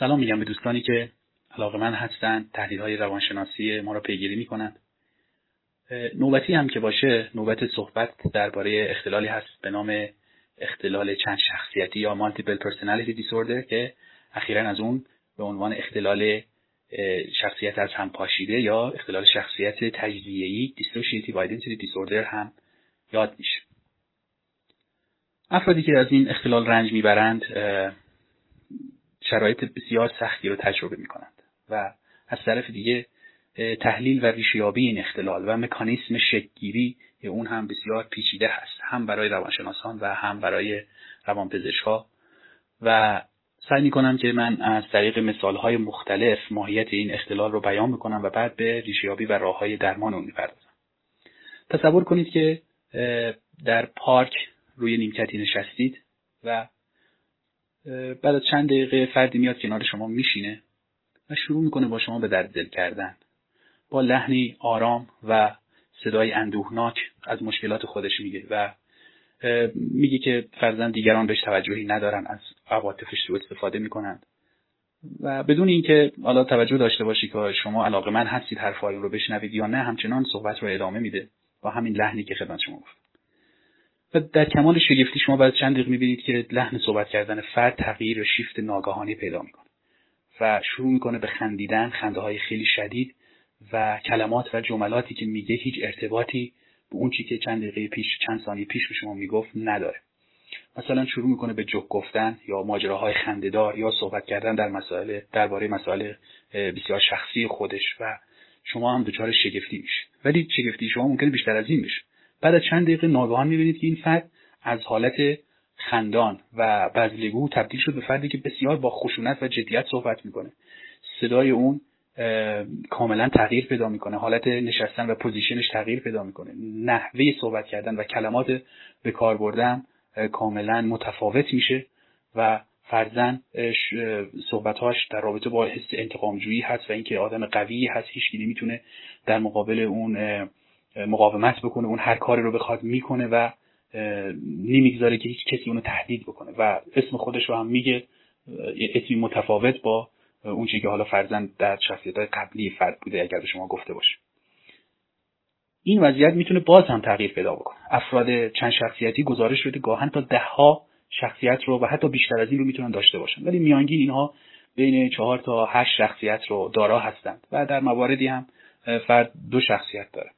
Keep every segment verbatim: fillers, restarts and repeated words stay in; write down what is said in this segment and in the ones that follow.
سلام میگم به دوستانی که علاقه‌مند هستند، تحلیل‌های روانشناسی ما را پیگیری می‌کنند. نوبتی هم که باشه، نوبت صحبت درباره اختلالی هست به نام اختلال چند شخصیتی یا Multiple Personality Disorder که اخیراً از اون به عنوان اختلال شخصیت از هم پاشیده یا اختلال شخصیت تجزیه‌ای Dissociative Identity Disorder هم یاد میشه. افرادی که از این اختلال رنج میبرند شرایط بسیار سختی رو تجربه میکنند و از طرف دیگه تحلیل و ریشه‌یابی این اختلال و مکانیسم شکل‌گیری اون هم بسیار پیچیده هست، هم برای روانشناسان و هم برای روانپزشک‌ها، و سعی میکنم که من از طریق مثال‌های مختلف ماهیت این اختلال رو بیان میکنم و بعد به ریشه‌یابی و راه‌های درمان اون میپردازم. تصور کنید که در پارک روی نیمکتی نشستید و بعد از چند دقیقه فردی میاد کنار شما میشینه و شروع میکنه با شما به درد دل کردن، با لحنی آرام و صدای اندوهناک از مشکلات خودش میگه و میگه که فرضاً دیگران بهش توجهی ندارن، از عواطفش سوء استفاده میکنن و بدون اینکه حالا توجه داشته باشی که شما علاقه‌مند هستید حرفای اون رو بشنوید یا نه، همچنان صحبت رو ادامه میده با همین لحنی که خدمت شما گفتم. و در کمال شگفتی شما بعد چند دقیقه میبینید که لحن صحبت کردن فرد تغییر و شیفت ناگهانی پیدا میکنه و شروع میکنه به خندیدن، خنده های خیلی شدید و کلمات و جملاتی که میگه هیچ ارتباطی به اون چیزی که چند دقیقه پیش چند ثانیه پیش به شما میگفت نداره. مثلا شروع میکنه به جوک گفتن یا ماجراهای خنده‌دار یا صحبت کردن در مسائل درباره مسائل بسیار شخصی خودش و شما هم دچار شگفتی میشید. ولی شگفتی شما ممکنه بیشتر از این بشه. بعد از چند دقیقه ناگهان میبینید که این فرد از حالت خندان و بزلگو تبدیل شد به فردی که بسیار با خشونت و جدیت صحبت میکنه. صدای اون کاملا تغییر پیدا میکنه، حالت نشستن و پوزیشنش تغییر پیدا میکنه، نحوه صحبت کردن و کلمات به کار بردن کاملا متفاوت میشه و فرضاً صحبتاش در رابطه با حس انتقامجویی هست و اینکه آدم قوی هست، هیچ کی نمیتونه در مقابل اون مقاومت بکنه، اون هر کاری رو بخواد میکنه و نمیگذاره که هیچ کسی اونو تهدید بکنه و اسم خودش رو هم میگه اسمی متفاوت با اون چیزی که حالا فرضاً در شخصیت‌های قبلی فرد بوده اگر به شما گفته باشه. این وضعیت میتونه باز هم تغییر پیدا بکنه. افراد چند شخصیتی گزارش شده گاهن تا ده ها شخصیت رو و حتی بیشتر از این رو میتونن داشته باشن، ولی میانگین اینها بین چهار تا هشت شخصیت رو دارا هستند و در مواردی هم فرد دو شخصیت داره.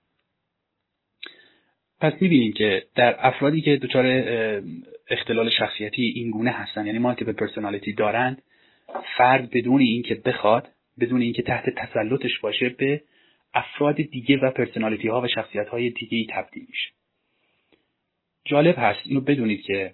پس می‌بینیم که در افرادی که دچار اختلال شخصیتی این گونه هستن، یعنی مالتیپل پرسونالیتی دارند، فرد بدون اینکه بخواد، بدون اینکه تحت تسلطش باشه، به افراد دیگه و پرسونالیتی ها و شخصیت های دیگه‌ای تبدیل میشه. جالب هست اینو بدونید که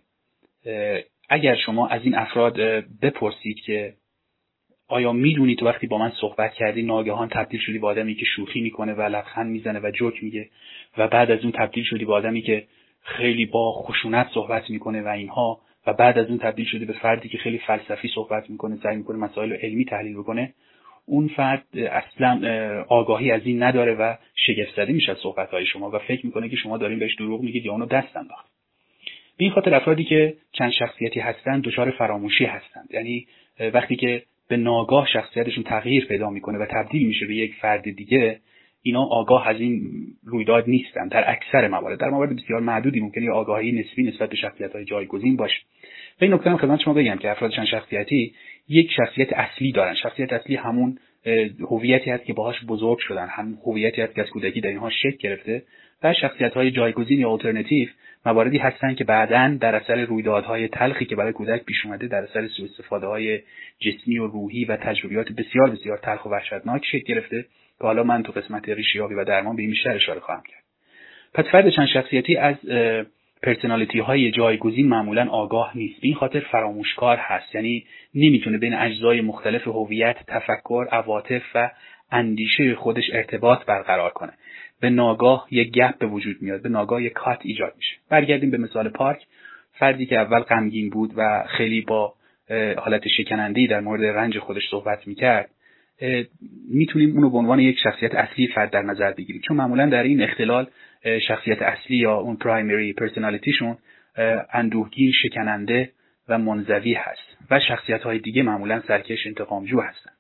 اگر شما از این افراد بپرسید که آیا میدونی تو وقتی با من صحبت کردی ناگهان تبدیل شدی به آدمی که شوخی میکنه و لبخند میزنه و جوک میگه و بعد از اون تبدیل شدی به آدمی که خیلی با خشونت صحبت میکنه و اینها و بعد از اون تبدیل شدی به فردی که خیلی فلسفی صحبت میکنه، سعی میکنه مسائل علمی تحلیل بکنه، اون فرد اصلا آگاهی از این نداره و شگفت زده میشه از صحبت‌های شما و فکر میکنه که شما دارین بهش دروغ میگید یا اونو دست انداخت. به این خاطر افرادی که چند شخصیتی هستن دچار فراموشی هستند، یعنی وقتی که به ناگاه شخصیتشون تغییر پیدا میکنه و تبدیل میشه به یک فرد دیگه، اینا آگاه از این رویداد نیستن در اکثر موارد. در موارد بسیار معدودی ممکنه یه آگاهی نسبی نسبت به شخصیت‌های جایگزین باشه. و این نکته هم خدمت شما بگم که افراد چند شخصیتی یک شخصیت اصلی دارن. شخصیت اصلی همون هویتی هست که باهاش بزرگ شدن، هم هویتی هست که از کودکی در اینها شکل گرفته، و شخصیت‌های جایگزین یا آلترناتیو مواردی هستن که بعداً در اثر رویدادهای تلخی که برای کودک پیش اومده، در اثر سوء استفاده‌های جسمی و روحی و تجربیات بسیار بسیار تلخ و وحشتناک شکل گرفته که حالا من تو قسمت ریشه‌یابی و درمان به این بیشتر اشاره خواهم کرد. پس فرد چند شخصیتی از پرسونالیتی های جایگزین معمولاً آگاه نیست، به این خاطر فراموشکار هست، یعنی نمیتونه بین اجزای مختلف هویت، تفکر، عواطف و اندیشه خودش ارتباط برقرار کنه. به ناگاه یک گپ به وجود میاد، به ناگاه یک کات ایجاد میشه. برگردیم به مثال پارک. فردی که اول غمگین بود و خیلی با حالت شکننده‌ای در مورد رنج خودش صحبت میکرد، میتونیم اونو به عنوان یک شخصیت اصلی فرد در نظر بگیریم، چون معمولا در این اختلال شخصیت اصلی یا اون پرایمری پرسونالیتیشون اندوهگین، شکننده و منزوی هست و شخصیت‌های دیگه معمولا سرکش انتقامجو هستن.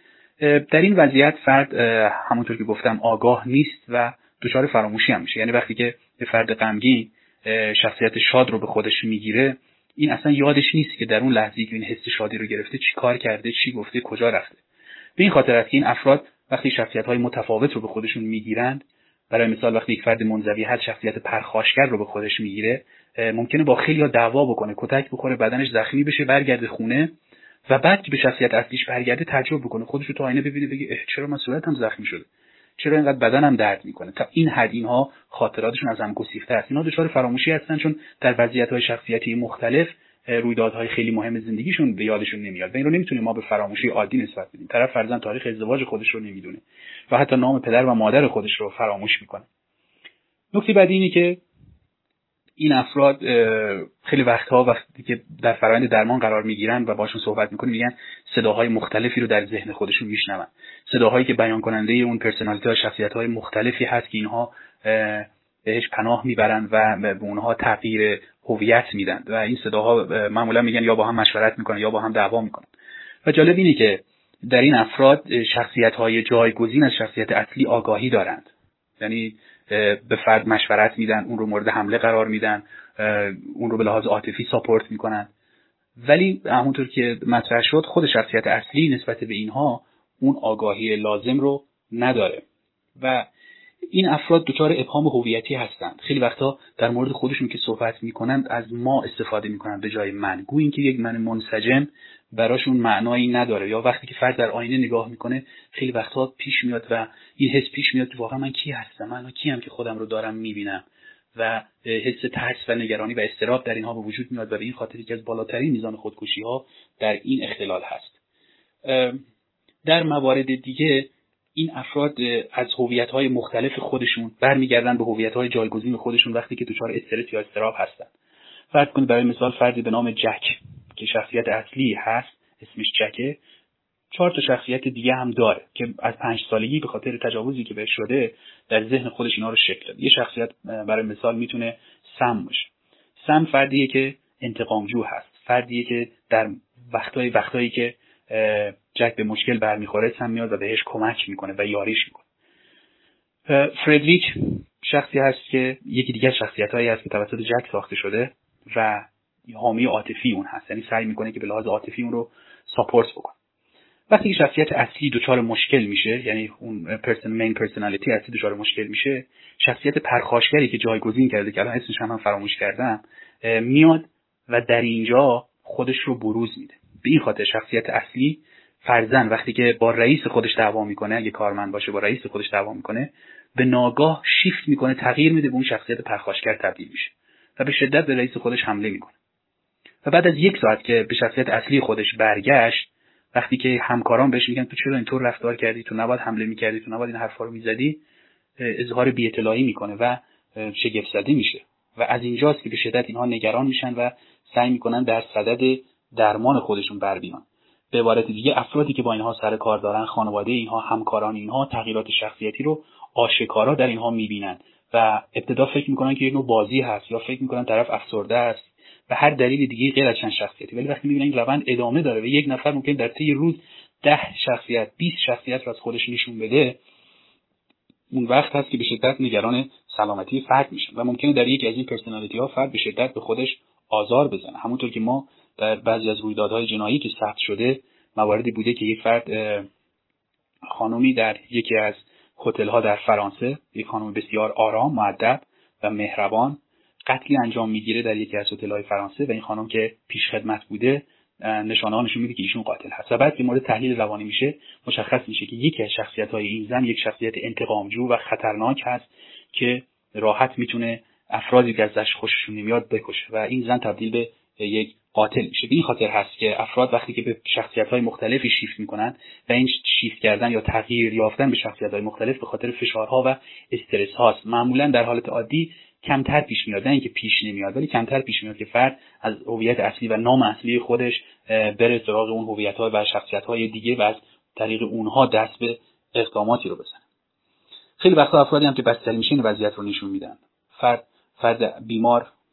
در این وضعیت فرد همونطور که گفتم آگاه نیست و دچار فراموشی هم میشه. یعنی وقتی که فرد غمگین شخصیت شاد رو به خودش میگیره، این اصلا یادش نیست که در اون لحظه‌ای که این حس شادی رو گرفته چی کار کرده، چی گفته، کجا رفته. به این خاطر است که این افراد وقتی شخصیت‌های متفاوت رو به خودشون میگیرند، برای مثال وقتی یک فرد منزوی هست شخصیت پرخاشگر رو به خودش میگیره، ممکنه با خیلی‌ها دعوا بکنه، کتک بخوره، بدنش زخمی بشه، برگرده خونه و بعد که به شخصیت اصلیش برگرده تعجب بکنه، خودش رو تو آینه ببینه بگه چرا من صورتم زخمی شده، چرا اینقدر بدنم درد میکنه. تا این حد اینها خاطراتشون از هم گسیخته است. اینها دچار فراموشی هستن چون در وضعیت‌های شخصیتی مختلف رویدادهای خیلی مهم زندگیشون به یادشون نمیاد و این رو نمیتونیم ما به فراموشی عادی نسبت بدیم. طرف فرضاً تاریخ ازدواج خودش رو نمیدونه و حتی نام پدر و مادر خودش رو فراموش میکنه. نکته بعدی اینه که این افراد خیلی وقتها وقتی که در فرآیند درمان قرار میگیرن و باشون صحبت میکنن میگن صداهای مختلفی رو در ذهن خودشون میشنون، صداهایی که بیان کننده اون پرسونالیتی ها، شخصیت‌های مختلفی هست که اینها بهش پناه میبرن و به اونها تغییر هویت میدن و این صداها معمولا میگن یا با هم مشورت میکنن یا با هم دعوا میکنن. و جالب اینه که در این افراد شخصیت‌های جایگزین از شخصیت اصلی آگاهی دارند، یعنی به فرد مشورت میدن، اون رو مورد حمله قرار میدن، اون رو به لحاظ عاطفی ساپورت میکنن، ولی همونطور که مطرح شد خود شخصیت اصلی نسبت به اینها اون آگاهی لازم رو نداره و این افراد دچار ابهام هویتی هستند. خیلی وقتا در مورد خودشون که صحبت میکنند از ما استفاده میکنن به جای من، گویا اینکه یک من منسجم براشون معنایی نداره. یا وقتی که فرد در آینه نگاه میکنه خیلی وقتا پیش میاد و این حس پیش میاد که واقعا من کی هستم، من کیم که خودم رو دارم میبینم و حس ترس و نگرانی و اضطراب در اینها به وجود میاد و به این خاطر که از بالاترین میزان خودکشی ها در این اختلال هست. در موارد دیگه این افراد از هویت‌های مختلف خودشون برمیگردن به هویت‌های جایگزین خودشون وقتی که دچار استرس یا اضطراب هستن. فرض کنید برای مثال فردی به نام جک که شخصیت اصلی هست، اسمش جکه، چهار تا شخصیت دیگه هم داره که از پنج سالگی به خاطر تجاوزی که بهش شده در ذهن خودش اینا رو شکل داده. یه شخصیت برای مثال میتونه سم باشه. سم فردیه که انتقامجو هست، فردیه که در وقتایی وقتایی که جک به مشکل برمیخوره سم میاد و بهش کمک میکنه و یاریش میکنه. فردریک شخصی هست که یکی دیگه از شخصیتایی هست که توسط جک ساخته شده و حامی عاطفی اون هست، یعنی سعی میکنه که به لحاظ عاطفی اون رو ساپورت بکنه. وقتی که شخصیت اصلی دچار مشکل میشه، یعنی اون پرسن مین پرسونالیتی اصلی دچار مشکل میشه، شخصیت پرخاشگری که جایگزین کرده که الان اسمش هم, هم فراموش کردم میاد و در اینجا خودش رو بروز میده. به این خاطر شخصیت اصلی فرضاً وقتی که با رئیس خودش دعوا میکنه، اگه کارمند باشه با رئیس خودش دعوا میکنه، به ناگاه شیفت میکنه، تغییر میده، به اون شخصیت پرخاشگر تبدیل میشه و به شدت به رئیس خودش حمله میکنه. و بعد از یک ساعت که به شخصیت اصلی خودش برگشت، وقتی که همکاران بهش میگن تو چرا اینطور رفتار کردی، تو نباید حمله میکردی، تو نباید این حرفا رو میزدی، اظهار بی‌اطلاعی میکنه و شگفت زده میشه. و از اینجاست که به شدت اینها نگران میشن و سعی میکنن در صدد درمان خودشون بر بیان. به عبارت دیگه افرادی که با اینها سر کار دارن، خانواده اینها، همکاران اینها، تغییرات شخصیتی رو آشکارا در اینها میبینن و ابتدا فکر میکنن که یک نوع بازی هست یا فکر میکنن طرف افسرده است و هر دلیل دیگه غیر از چند شخصیتی، ولی وقتی میبینن این روند ادامه داره و یک نفر ممکن در طی روز ده شخصیت، بیست شخصیت رو از خودش نشون بده، اون وقت هست که به شدت نگران سلامتی فرد میشن و ممکنه در یکی از این پرسونالیتی ها فرد به شدت به خودش آزار بزنه. همونطور که ما در بعضی از رویدادهای جنایی که ثبت شده مواردی بوده که یک فرد خانومی در یکی از هتل‌ها در فرانسه، یک خانم بسیار آرام، مؤدب و مهربان، قتلی انجام میگیره در یکی از هتل‌های فرانسه و این خانم که پیش خدمت بوده نشانه‌ها نشون میده که ایشون قاتل هست. و بعد که مورد تحلیل روانی میشه مشخص میشه که یکی از شخصیت‌های این زن یک شخصیت انتقامجو و خطرناک هست که راحت میتونه افرادی که ازش خوششون نمیاد بکشه و این زن تبدیل به یک قاتل میشه. به این خاطر هست که افراد وقتی که به شخصیت‌های مختلفی شیفت میکنن و این شیفت کردن یا تغییر یافتن به شخصیت‌های مختلف به خاطر فشارها و استرس هاست. معمولا در حالت عادی کمتر پیش میاد، نه اینکه پیش نمیاد ولی کمتر پیش میاد که فرد از هویت اصلی و نام اصلی خودش بره سراغ اون هویت‌ها و شخصیت‌های دیگه و از طریق اونها دست به اقداماتی رو بزنه. خیلی وقتا افرادی هم که بستری میشن وضعیت رو نشون میدن. فرد فرد بیمار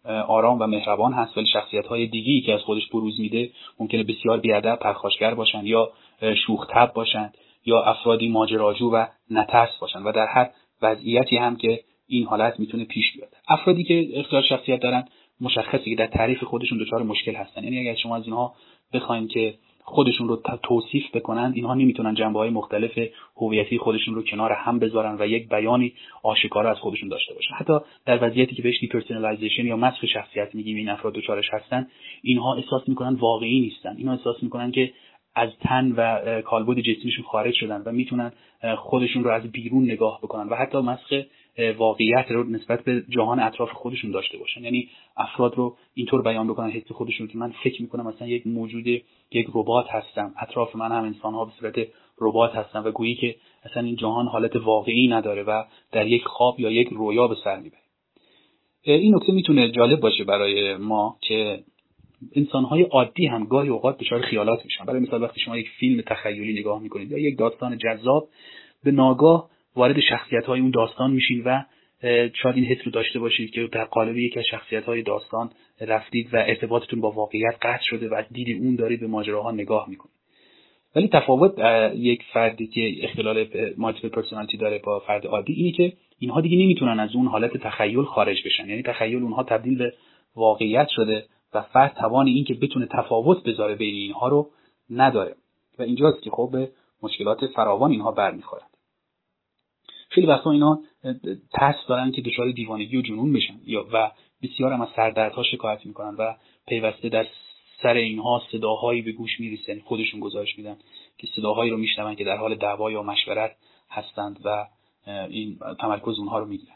آرام و مهربان هست، ولی شخصیت‌های دیگه‌ای که از خودش بروز میده ممکنه بسیار بی‌ادب، پرخاشگر باشند یا شوخ طبع باشند یا افرادی ماجراجو و نترس باشند و در هر وضعیتی هم که این حالت میتونه پیش بیاد. افرادی که اختلال شخصیت دارن مشخصه که در تعریف خودشون دچار مشکل هستن. یعنی اگر شما از اینها بخواید که خودشون رو توصیف بکنن، اینها نمیتونن جنبه‌های مختلف هویتی خودشون رو کنار هم بذارن و یک بیانی آشکارا از خودشون داشته باشن. حتی در وضعیتی که بهش دیپرسونالایزیشن یا مسخ شخصیت میگیم این افراد دچارش هستن، اینها احساس میکنن واقعی نیستن. اینها احساس میکنن که از تن و کالبد جسمیشون خارج شدن و میتونن خودشون رو از بیرون نگاه بکنن و حتی مسخ واقعیت رو نسبت به جهان اطراف خودشون داشته باشن. یعنی افراد رو اینطور بیان بکنن حس خودشون که من فکر میکنم مثلا یک موجود یک ربات هستم، اطراف من هم انسان‌ها به صورت ربات هستن و گویی که اصلا این جهان حالت واقعی نداره و در یک خواب یا یک رویا به سر میبره. این نکته میتونه جالب باشه برای ما که انسان‌های عادی هم گاهی اوقات دچار خیالات میشن. برای مثال وقتی شما یک فیلم تخیلی نگاه میکنید یا یک داستان جذاب، به ناگاه وارد شخصیت‌های اون داستان میشین و شاید این حس رو داشته باشید که در قالب یکی از شخصیت‌های داستان رفتید و ارتباطتون با واقعیت قطع شده و از دید اون دارید به ماجراها نگاه میکنید. ولی تفاوت یک فردی که اختلال مالتیپل پرسونالیتی داره با فرد عادی اینه که اینها دیگه نمیتونن از اون حالت تخیل خارج بشن. یعنی تخیل اونها تبدیل به واقعیت شده و فرد توان این که بتونه تفاوت بذاره بین اینها رو نداره و اینجاست که خب به مشکلات فراوان اینها برمیخورن. خیلی وقتا اینا ترس دارن که دچار دیوانگی و جنون بشن یا و بسیار هم از سردردها شکایت میکنن و پیوسته در سر اینها صداهایی به گوش میرسن، خودشون گزارش میدن که صداهایی رو میشنون که در حال دعوا یا مشورت هستند و این تمرکز اونها رو میگیرند.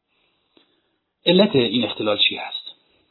علت این اختلال چی هست؟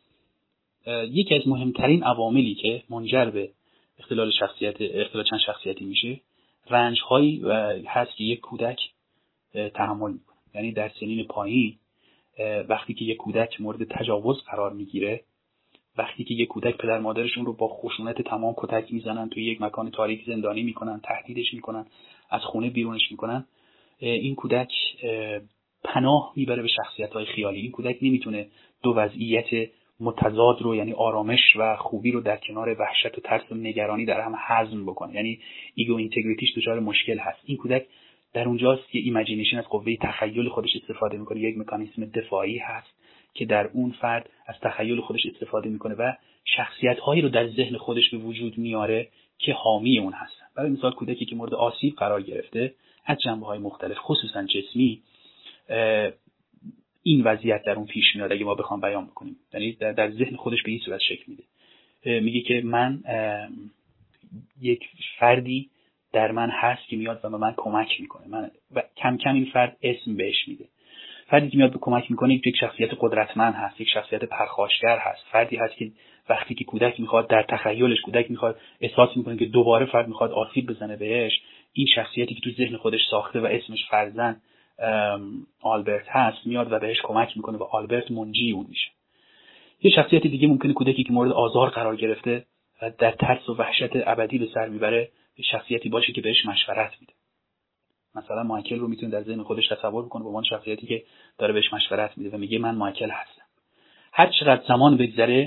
یکی از مهمترین عواملی که منجر به اختلال شخصیت اختلال چند شخصیتی میشه، رنج‌هایی هست که یک کودک تحمل میکنه. یعنی در سنین پایین وقتی که یک کودک مورد تجاوز قرار میگیره، وقتی که یک کودک پدر مادرشون رو با خشونت تمام کتک میزنن، توی یک مکان تاریک زندانی میکنن، تهدیدش میکنن، از خونه بیرونش میکنن، این کودک پناه میبره به شخصیت‌های خیالی. این کودک نمیتونه دو وضعیت متضاد رو، یعنی آرامش و خوبی رو در کنار وحشت و ترس و نگرانی در هم هضم بکنه. یعنی ایگو اینتگریتیش دچار مشکل هست. این کودک در اونجاست که ایمیجینیشن از قوه تخیل خودش استفاده میکنه. یک مکانیزم دفاعی هست که در اون فرد از تخیل خودش استفاده میکنه و شخصیت‌هایی رو در ذهن خودش به وجود میاره که حامی اون هستن. برای مثال کودکی که مورد آسیب قرار گرفته از جنبه‌های مختلف خصوصا جسمی، این وضعیت در اون پیش میاد اگه ما بخوام بیان بکنیم. یعنی در, در ذهن خودش به این صورت شکل میده، میگه که من یک فردی در من هست که میاد و به من کمک میکنه. من و کم کم این فرد اسم بهش میده. فردی که میاد به کمک میکنه یک شخصیت قدرتمند هست، یک شخصیت پرخاشگر هست، فردی هست که وقتی که کودک میخواد در تخیلش کودک میخواد احساس میکنه که دوباره فرد میخواد آسیب بزنه بهش، این شخصیتی که تو ذهن خودش ساخته و اسمش فرزن آلبرت هست میاد و بهش کمک میکنه و آلبرت منجی اون میشه. یه شخصیت دیگه ممکنه کودکی که مورد آزار قرار گرفته و در ترس و وحشت ابدی به سر میبره شخصیتی باشه که بهش مشورت میده. مثلا مایکل رو میتونه در ذهن خودش تصور بکنه به عنوان شخصیتی که داره بهش مشورت میده و میگه من مایکل هستم. هر چقدر زمان بگذره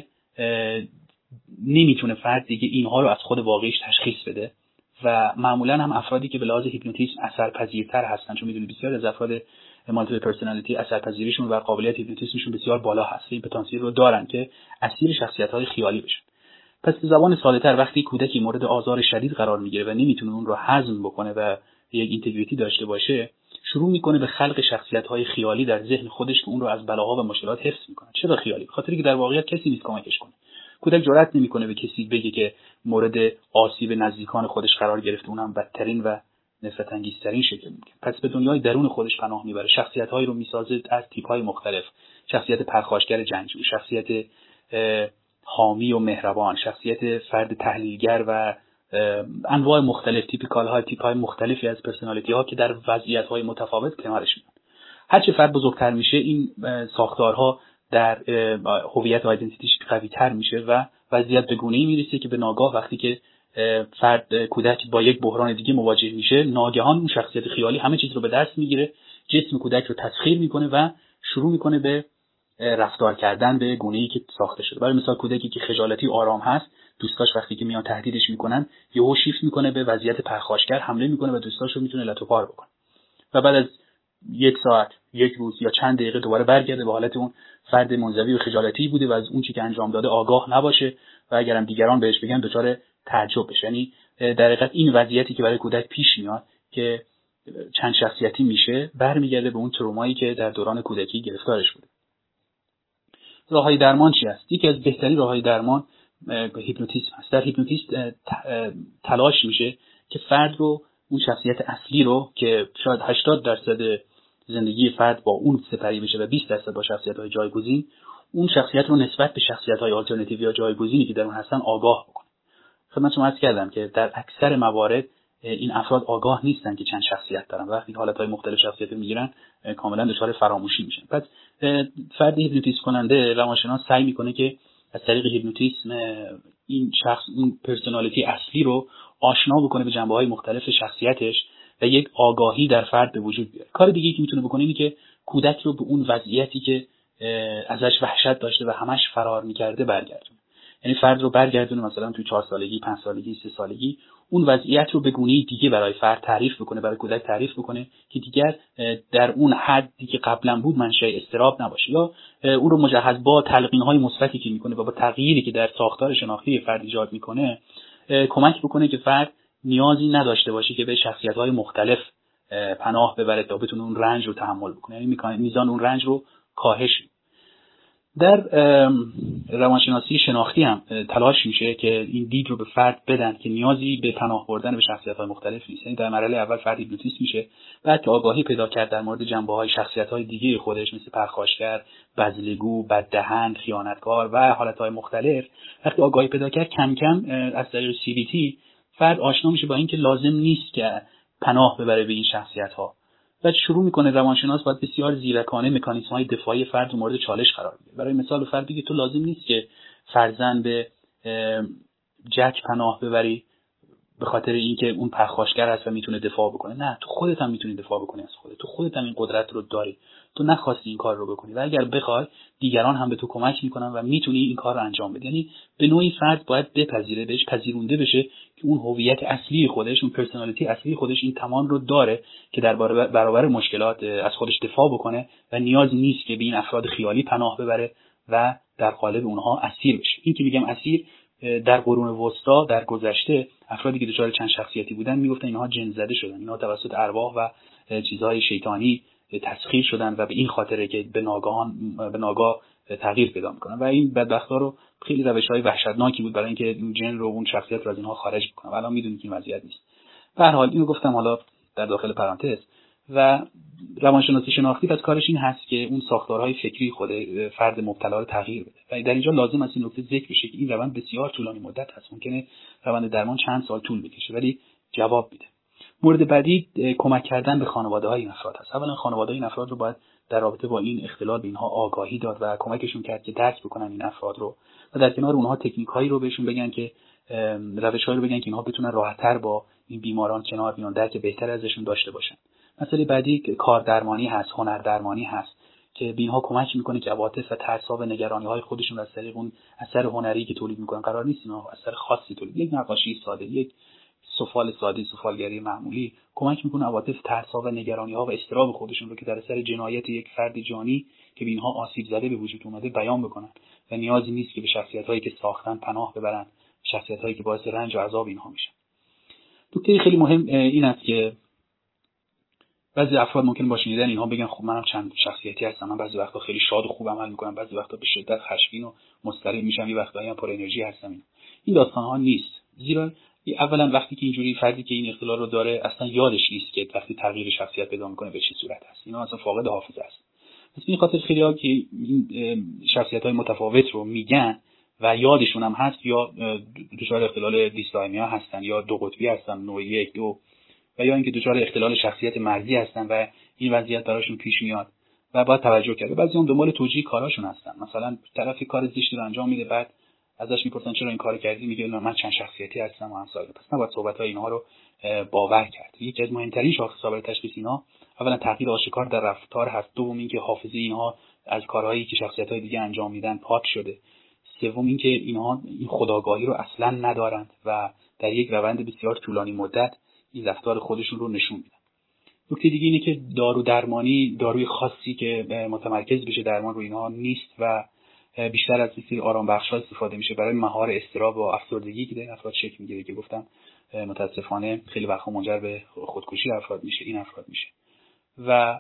نمیتونه فرد دیگه اینها رو از خود واقعیش تشخیص بده و معمولا هم افرادی که به لحاظ هیپنوتیزم اثرپذیرتر هستن، چون میدونید بسیار از افراد مالتیپل پرسونالیتی اثرپذیریشون و قابلیت هیپنوتیزمشون بسیار بالا هست، این پتانسیل رو دارن که اسیر شخصیت‌های خیالی بشن. پس به زبان ساده‌تر وقتی کودکی مورد آزار شدید قرار میگیره و نمیتونه اون رو هضم بکنه و یک اینتگریتی داشته باشه، شروع میکنه به خلق شخصیت‌های خیالی در ذهن خودش که اون رو از بلاها و مشکلات حفظ میکنه. چرا خیالی؟ بخاطر که در واقعیت کسی نیست کمکش کنه. کودک جرئت نمیکنه به کسی بگه که مورد آسیب نزدیکان خودش قرار گرفته، اونم بدترین و نفرت انگیزترین شکل میگه. پس به دنیای درون خودش پناه میبره، شخصیت‌هایی رو میسازه از تیپ‌های مختلف، شخصیت پرخاشگر جنگجو، شخصیت حامی و مهربان، شخصیت فرد تحلیلگر و انواع مختلف، تیپیکال ها، تیپ های مختلفی از پرسونالیتی ها که در وضعیت های متفاوت کنارش میاد. هر چه فرد بزرگتر میشه این ساختارها در هویت و آیدنتیتیش قوی تر میشه و وضعیت به گونه‌ای میرسه که به ناگاه وقتی که فرد کودک با یک بحران دیگه مواجه میشه، ناگهان اون شخصیت خیالی همه چیز رو به دست میگیره، جسم کودک رو تسخیر میکنه و شروع میکنه به رفتار کردن به گونه‌ای که ساخته شده. برای مثال کودکی که خجالتی آرام هست، دوستاش وقتی که میان تهدیدش میکنن یهو شیفت میکنه به وضعیت پرخاشگر، حمله میکنه و دوستاشو میتونه لطوپار بکنه و بعد از یک ساعت، یک روز یا چند دقیقه دوباره برگرده به حالت اون فرد منزوی و خجالتی بوده و از اون چیزی که انجام داده آگاه نباشه و اگرم دیگران بهش بگن دچار تعجب بشه. یعنی در حقیقت این وضعیتی که برای کودک پیش میاد که چند شخصیتی میشه برمیگرده به اون ترومایی که در دوران کودکی گرفتارش بوده. راههای درمان چی است؟ یکی از بهترین راههای درمان هیپنوتیزم است. در هیپنوتیزم تلاش میشه که فرد رو، اون شخصیت اصلی رو که شاید هشتاد درصد زندگی فرد با اون سپری بشه و بیست درصد با شخصیت‌های جایگزین، اون شخصیت رو نسبت به شخصیت‌های آلترناتیو یا جایگزینی که در اون هستن آگاه بکنه. خدمت شما عرض کردم که در اکثر موارد این افراد آگاه نیستن که چند شخصیت دارن. وقتی حالت‌های مختلف شخصیت رو میگیرن کاملا دچار فراموشی میشن. پس فرد هیپنوتیزم کننده روانشناس سعی میکنه که از طریق هیپنوتیزم این شخص اون پرسونالیتی اصلی رو آشنا بکنه به جنبه‌های مختلف شخصیتش و یک آگاهی در فرد به وجود بیاره. کار دیگه‌ای که میتونه بکنه اینه که کودک رو به اون وضعیتی که ازش وحشت داشته و همش فرار میکرده برگردونه. یعنی فرد رو برگردونه مثلا توی چهار سالگی، پنج سالگی، سه سالگی، اون وضعیت رو به گونه‌ای دیگه برای فرد تعریف بکنه، برای کودک تعریف بکنه که دیگر در اون حدی که قبلا بود منشأ اضطراب نباشه، یا اون رو مجهز با تلقین‌های مثبتی که میکنه و با تغییری که در ساختار شناختی فرد ایجاد میکنه کمک بکنه که فرد نیازی نداشته باشه که به شخصیت‌های مختلف پناه ببره تا بتونه اون رنج رو تحمل بکنه. یعنی میزان اون رنج رو کاهش. در روانشناسی شناختی هم تلاش میشه که این دید رو به فرد بدن که نیازی به پناه بردن به شخصیت‌های مختلف نیست. یعنی در مرحله اول فرد هیپنوتیزم میشه، بعد که آگاهی پیدا کرد در مورد جنبه‌های شخصیت‌های دیگه خودش مثل پرخاشگر، بزلگو، بددهن، خیانتکار و حالت‌های مختلف، وقتی آگاهی پیدا کرد کم کم از طریق سی بی تی فرد آشنا میشه با اینکه لازم نیست که پناه ببره به این شخصیت‌ها و شروع میکنه روانشناس باید بسیار زیرکانه مکانیزم‌های دفاعی فرد رو مورد چالش قرار بده. برای مثال فرد بگه تو لازم نیست که فرزند به جک پناه ببری به خاطر اینکه اون پرخاشگر هست و میتونه دفاع بکنه. نه، تو خودت هم میتونی دفاع بکنی از خودت. تو خودت هم این قدرت رو داری. تو نخواستی این کار رو بکنی و اگر بخوای دیگران هم به تو کمک میکنن و میتونی این کار رو انجام بدی. یعنی به نوعی فرد باید بپذیره، بهش پذیرونده بشه که اون هویت اصلی خودش، اون پرسونالیتی اصلی خودش این توان رو داره که در برابر مشکلات از خودش دفاع بکنه و نیاز نیست که به این افراد خیالی پناه ببره و در قالب اونها اسیر بشه. این که میگم اسیر، در قرون وسطا در گذشته افرادی که دچار چند شخصیتی بودن میگفتن اینها جن زده شدن، اینها توسط ارواح و چیزهای شیطانی تسخیر شدن و به این خاطره که به ناگهان به ناگاه تغییر پیدا میکنن و این بدبختا رو خیلی روش‌های وحشتناکی بود برای اینکه این جن رو اون شخصیت رو از اینها خارج بکنن. و الان میدونید که این وضعیت نیست. به هر حال اینو گفتم حالا در داخل پرانتز. و روانشناسی شناختی پس کارش این هست که اون ساختارهای فکری خود فرد مبتلا رو تغییر بده. و در اینجا لازم است این نکته ذکر بشه که این روند بسیار طولانی مدت هست. ممکنه روند درمان چند سال طول بکشه ولی جواب میده. مورد بعدی کمک کردن به خانواده‌های این افراد هست. اولا خانواده‌های این افراد رو باید در رابطه با این اختلال به اینها آگاهی داد و کمکشون کرد که درک بکنن این افراد رو و در کنار اونها تکنیک‌هایی رو بهشون بگن که روش‌هایی رو بگن که اینها بتونن راحت‌تر با این بیماران کنار بیان، درک بهتر ازشون داشته باشن. مسئله بعدی کار درمانی هست، هنر درمانی هست که به اینها کمک میکنه که عواطف و ترس‌ها و نگرانی‌های خودشون از طریق اون اثر هنری که تولید میکنن، قرار نیست اینا اثر خاصی تولید، یک نقاشی ساده، یک سفال ساده، سفالگری معمولی کمک میکنه عواطف، ترس‌ها و نگرانی‌ها و اضطراب خودشون رو که در اثر جنایت یک فرد جانی که به اینها آسیب زده به وجود اومده بیان بکنن و نیازی نیست که به شخصیت‌هایی که ساختن پناه ببرن، شخصیت‌هایی که باعث رنج و عذاب اینها میشن. نکته خیلی مهم این است که بعضی افراد ممکن با شنیدن اینها بگن خب منم چند شخصیتی هستم، من بعضی وقتا خیلی شاد و خوب عمل میکنم، بعضی وقتا به شدت خشمگین و مضطرب میشم، یه وقتایی هم پر انرژی هستم. این این داستان‌ها نیست. زیرا اولا وقتی که اینجوری فردی که این اختلال رو داره اصلا یادش نیست که وقتی تغییر شخصیت پیدا میکنه به چه صورت است. اینا اصلا فاقد حافظه است. پس این خاطر خیلی‌ها که این شخصیت‌های متفاوت رو میگن و یادشون هم هست یا دچار اختلال دیسلایمیا هستن یا دو قطبی هستن، نوع یک دو، و یا اینکه دچار اختلال شخصیت مرزی هستن و این وضعیت براشون پیش میاد و باید توجه کرد. بعضی هم دنبال توجیه کاراشون هستن. مثلا طرفی کار زشتی رو انجام میده، بعد ازش میپرسن چرا این کارو کردی، میگه من چند شخصیتی هستم و امثال. پس نباید صحبت‌های اینها رو باور کرد. یکی از مهمترین شاخص‌ها برای تشخیص اینها اولا تغییر آشکار در رفتار هست، دوم اینکه حافظه اینها از کارهایی که شخصیت‌های دیگه انجام میدن پاک شده، سوم اینکه اینها این خودآگاهی رو اصلا ندارند و در یک روند بسیار طولانی مدت این رفتار خودشون رو نشون میدن. نکته دیگه اینه که دارو درمانی، داروی خاصی که متمرکز بشه درمان رو اینها نیست و بیشتر از این آرام بخش‌ها استفاده میشه برای مهار اضطراب و افسردگی که در افراد شکل میگیره که گفتم متاسفانه خیلی وقتا منجر به خودکشی افراد میشه این افراد میشه. و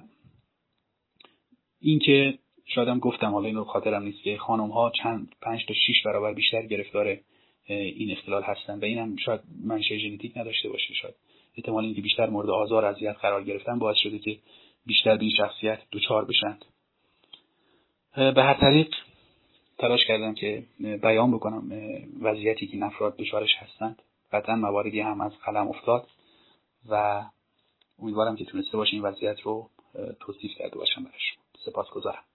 اینکه شایدم گفتم، حالا اینو خاطرم نیست، که خانم‌ها چند پنج تا شش برابر بیشتر گرفتار این اختلال هستن و اینم شاید منشأ ژنتیک نداشته باشه. شاید احتمال اینکه بیشتر مورد آزار اذیت قرار گرفتن باعث شده که بیشتر به این شخصیت دچار بشن. به هر طریق تلاش کردم که بیان بکنم وضعیتی که این افراد دچارش هستند. قطعا مواردی هم از قلم افتاد و امیدوارم که تونسته باشه این وضعیت رو توصیف کرده باشم برای شما. سپاسگزارم.